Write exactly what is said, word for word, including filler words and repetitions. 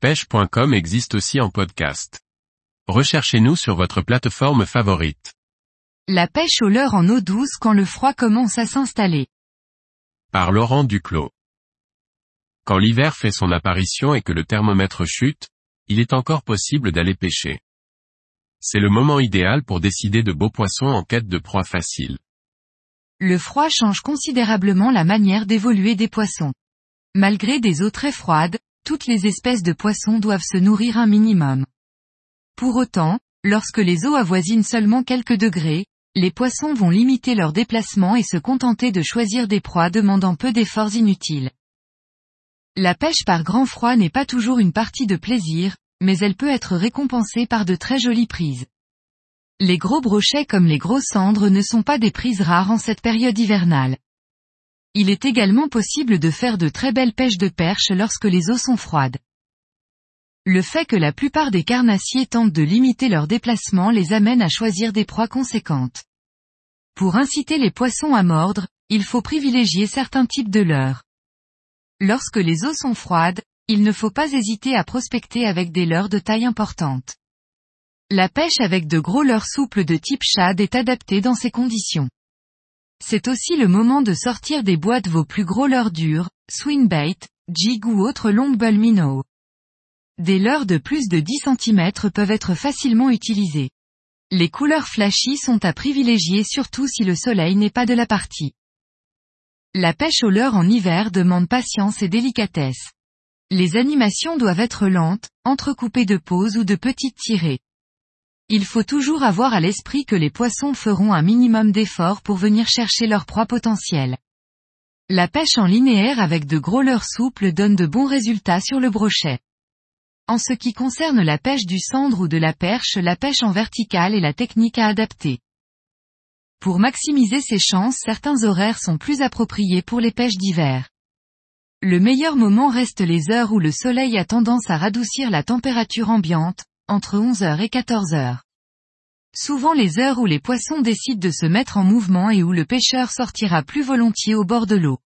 pêche point com existe aussi en podcast. Recherchez-nous sur votre plateforme favorite. La pêche au leurre en eau douce quand le froid commence à s'installer. Par Laurent Duclos. Quand l'hiver fait son apparition et que le thermomètre chute, il est encore possible d'aller pêcher. C'est le moment idéal pour décider de beaux poissons en quête de proies faciles. Le froid change considérablement la manière d'évoluer des poissons. Malgré des eaux très froides, toutes les espèces de poissons doivent se nourrir un minimum. Pour autant, lorsque les eaux avoisinent seulement quelques degrés, les poissons vont limiter leur déplacement et se contenter de choisir des proies demandant peu d'efforts inutiles. La pêche par grand froid n'est pas toujours une partie de plaisir, mais elle peut être récompensée par de très jolies prises. Les gros brochets comme les gros cendres ne sont pas des prises rares en cette période hivernale. Il est également possible de faire de très belles pêches de perche lorsque les eaux sont froides. Le fait que la plupart des carnassiers tentent de limiter leur déplacement les amène à choisir des proies conséquentes. Pour inciter les poissons à mordre, il faut privilégier certains types de leurres. Lorsque les eaux sont froides, il ne faut pas hésiter à prospecter avec des leurres de taille importante. La pêche avec de gros leurres souples de type shad est adaptée dans ces conditions. C'est aussi le moment de sortir des boîtes vos plus gros leurres durs, swinbait, jig ou autres longue-bull minnow. Des leurres de plus de dix centimètres peuvent être facilement utilisées. Les couleurs flashy sont à privilégier surtout si le soleil n'est pas de la partie. La pêche au leurre en hiver demande patience et délicatesse. Les animations doivent être lentes, entrecoupées de pauses ou de petites tirées. Il faut toujours avoir à l'esprit que les poissons feront un minimum d'efforts pour venir chercher leur proie potentielle. La pêche en linéaire avec de gros leurres souples donne de bons résultats sur le brochet. En ce qui concerne la pêche du cendre ou de la perche, la pêche en verticale est la technique à adapter. Pour maximiser ses chances, certains horaires sont plus appropriés pour les pêches d'hiver. Le meilleur moment reste les heures où le soleil a tendance à radoucir la température ambiante, entre onze heures et quatorze heures. Souvent les heures où les poissons décident de se mettre en mouvement et où le pêcheur sortira plus volontiers au bord de l'eau.